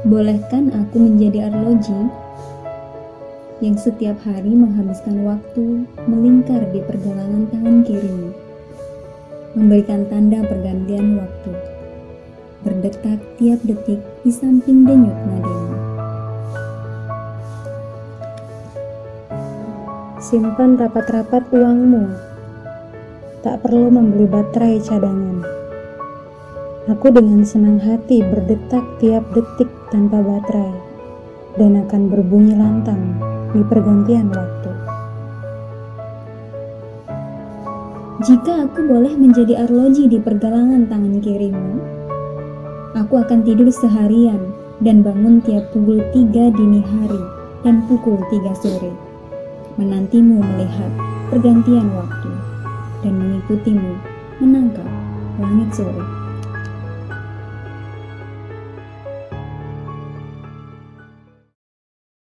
Bolehkan aku menjadi arloji yang setiap hari menghabiskan waktu melingkar di pergelangan tangan kirimu, memberikan tanda pergantian waktu, berdetak tiap detik di samping denyut nadimu. Simpan rapat-rapat uangmu, tak perlu membeli baterai cadangan. Aku dengan senang hati berdetak tiap detik tanpa baterai, dan akan berbunyi lantang di pergantian waktu. Jika aku boleh menjadi arloji di pergelangan tangan kirimu, aku akan tidur seharian dan bangun tiap pukul 3 dini hari dan pukul 3 sore, menantimu melihat pergantian waktu dan mengikutimu menangkap langit sore.